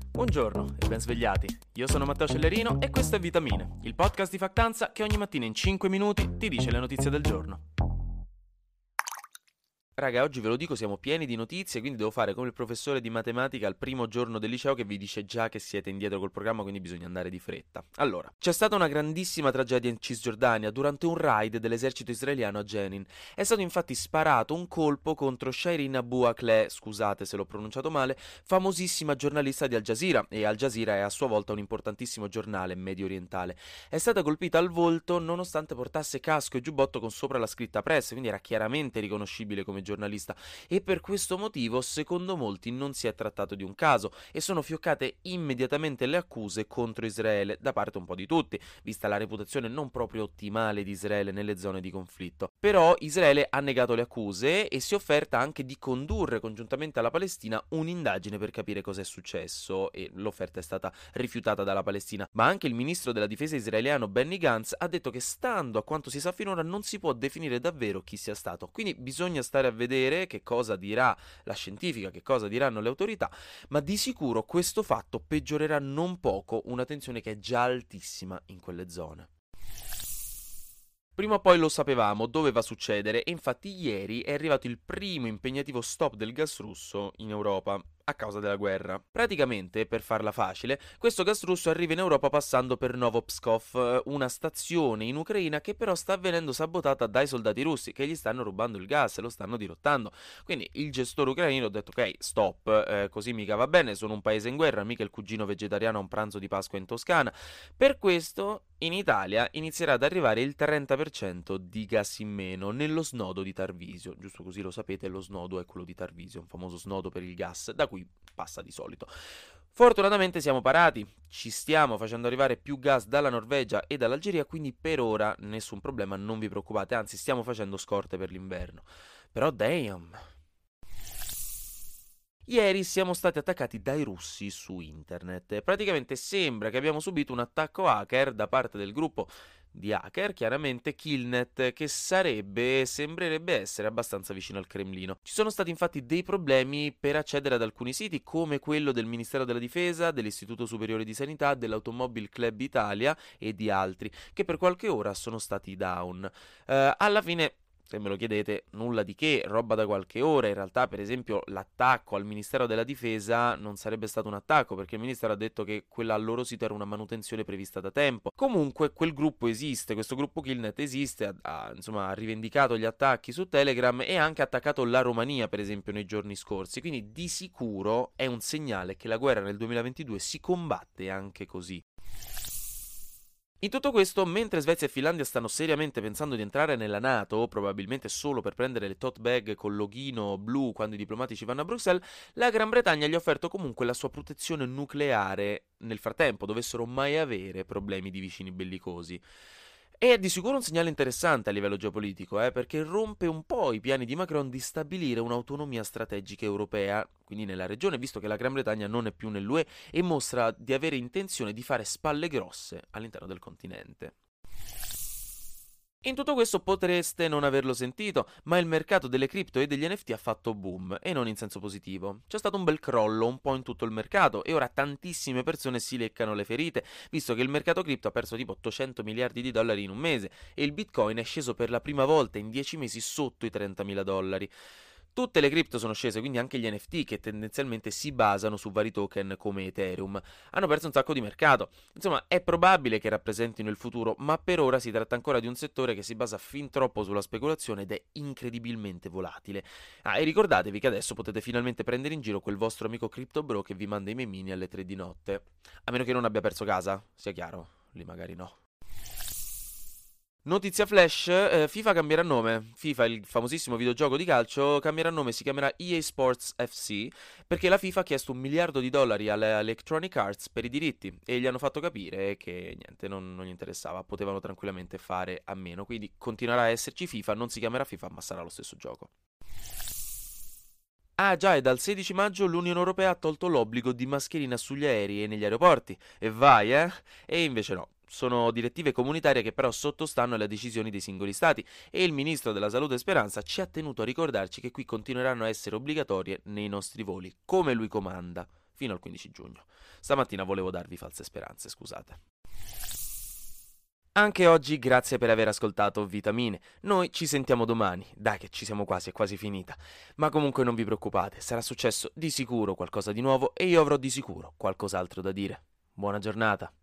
Buongiorno e ben svegliati. Io sono Matteo Cellerino e questo è Vitamine, il podcast di Factanza che ogni mattina in 5 minuti ti dice le notizie del giorno. Raga, oggi ve lo dico, siamo pieni di notizie, quindi devo fare come il professore di matematica al primo giorno del liceo che vi dice già che siete indietro col programma, quindi bisogna andare di fretta. Allora, c'è stata una grandissima tragedia in Cisgiordania durante un raid dell'esercito israeliano a Jenin. È stato infatti sparato un colpo contro Shireen Abu Akleh, scusate se l'ho pronunciato male, famosissima giornalista di Al Jazeera, e Al Jazeera è a sua volta un importantissimo giornale medio orientale. È stata colpita al volto nonostante portasse casco e giubbotto con sopra la scritta press, quindi era chiaramente riconoscibile come giornalista, e per questo motivo secondo molti non si è trattato di un caso e sono fioccate immediatamente le accuse contro Israele da parte un po' di tutti, vista la reputazione non proprio ottimale di Israele nelle zone di conflitto. Però Israele ha negato le accuse e si è offerta anche di condurre congiuntamente alla Palestina un'indagine per capire cosa è successo, e l'offerta è stata rifiutata dalla Palestina. Ma anche il ministro della difesa israeliano Benny Gantz ha detto che, stando a quanto si sa finora, non si può definire davvero chi sia stato, quindi bisogna stare a vedere che cosa dirà la scientifica, che cosa diranno le autorità, ma di sicuro questo fatto peggiorerà non poco una tensione che è già altissima in quelle zone. Prima o poi lo sapevamo, doveva succedere, e infatti ieri è arrivato il primo impegnativo stop del gas russo in Europa a causa della guerra. Praticamente, per farla facile, questo gas russo arriva in Europa passando per Novopskov, una stazione in Ucraina che però sta venendo sabotata dai soldati russi che gli stanno rubando il gas e lo stanno dirottando. Quindi il gestore ucraino ha detto ok, stop, così mica va bene, sono un paese in guerra, mica il cugino vegetariano a un pranzo di Pasqua in Toscana. Per questo in Italia inizierà ad arrivare il 30% di gas in meno nello snodo di Tarvisio. Giusto così lo sapete, lo snodo è quello di Tarvisio, un famoso snodo per il gas da cui passa di solito. Fortunatamente siamo parati, ci stiamo facendo arrivare più gas dalla Norvegia e dall'Algeria, quindi per ora nessun problema, non vi preoccupate, anzi stiamo facendo scorte per l'inverno. Però damn! Ieri siamo stati attaccati dai russi su internet. Praticamente sembra che abbiamo subito un attacco hacker da parte del gruppo di hacker, chiaramente Killnet, che sembrerebbe essere abbastanza vicino al Cremlino. Ci sono stati infatti dei problemi per accedere ad alcuni siti, come quello del Ministero della Difesa, dell'Istituto Superiore di Sanità, dell'Automobile Club Italia e di altri, che per qualche ora sono stati down. Alla fine, se me lo chiedete, nulla di che, roba da qualche ora. In realtà, per esempio, l'attacco al Ministero della Difesa non sarebbe stato un attacco, perché il Ministero ha detto che quella al loro sito era una manutenzione prevista da tempo. Comunque, quel gruppo esiste, questo gruppo Killnet esiste, ha rivendicato gli attacchi su Telegram e ha anche attaccato la Romania, per esempio, nei giorni scorsi. Quindi, di sicuro, è un segnale che la guerra nel 2022 si combatte anche così. In tutto questo, mentre Svezia e Finlandia stanno seriamente pensando di entrare nella NATO, probabilmente solo per prendere le tote bag col loghino blu quando i diplomatici vanno a Bruxelles, la Gran Bretagna gli ha offerto comunque la sua protezione nucleare nel frattempo dovessero mai avere problemi di vicini bellicosi. E è di sicuro un segnale interessante a livello geopolitico, perché rompe un po' i piani di Macron di stabilire un'autonomia strategica europea, quindi nella regione, visto che la Gran Bretagna non è più nell'UE e mostra di avere intenzione di fare spalle grosse all'interno del continente. In tutto questo potreste non averlo sentito, ma il mercato delle cripto e degli NFT ha fatto boom, e non in senso positivo. C'è stato un bel crollo un po' in tutto il mercato e ora tantissime persone si leccano le ferite, visto che il mercato cripto ha perso tipo 800 miliardi di dollari in un mese e il Bitcoin è sceso per la prima volta in 10 mesi sotto i 30.000 dollari. Tutte le cripto sono scese, quindi anche gli NFT, che tendenzialmente si basano su vari token come Ethereum, hanno perso un sacco di mercato. Insomma, è probabile che rappresentino il futuro, ma per ora si tratta ancora di un settore che si basa fin troppo sulla speculazione ed è incredibilmente volatile. E ricordatevi che adesso potete finalmente prendere in giro quel vostro amico Crypto Bro che vi manda i memini alle 3 di notte. A meno che non abbia perso casa, sia chiaro, lì magari no. Notizia flash, FIFA cambierà nome. FIFA, il famosissimo videogioco di calcio, cambierà nome, si chiamerà EA Sports FC, perché la FIFA ha chiesto $1 miliardo alla Electronic Arts per i diritti e gli hanno fatto capire che niente, non gli interessava, potevano tranquillamente fare a meno, quindi continuerà a esserci FIFA, non si chiamerà FIFA ma sarà lo stesso gioco. Ah già, e dal 16 maggio l'Unione Europea ha tolto l'obbligo di mascherina sugli aerei e negli aeroporti. E vai, eh? E invece no. Sono direttive comunitarie che però sottostanno alle decisioni dei singoli stati e il ministro della Salute Speranza ci ha tenuto a ricordarci che qui continueranno a essere obbligatorie nei nostri voli, come lui comanda. fino al 15 giugno. Stamattina volevo darvi false speranze, scusate. Anche oggi grazie per aver ascoltato Vitamine. Noi ci sentiamo domani. Dai che ci siamo quasi, è quasi finita. Ma comunque non vi preoccupate, sarà successo di sicuro qualcosa di nuovo e io avrò di sicuro qualcos'altro da dire. Buona giornata.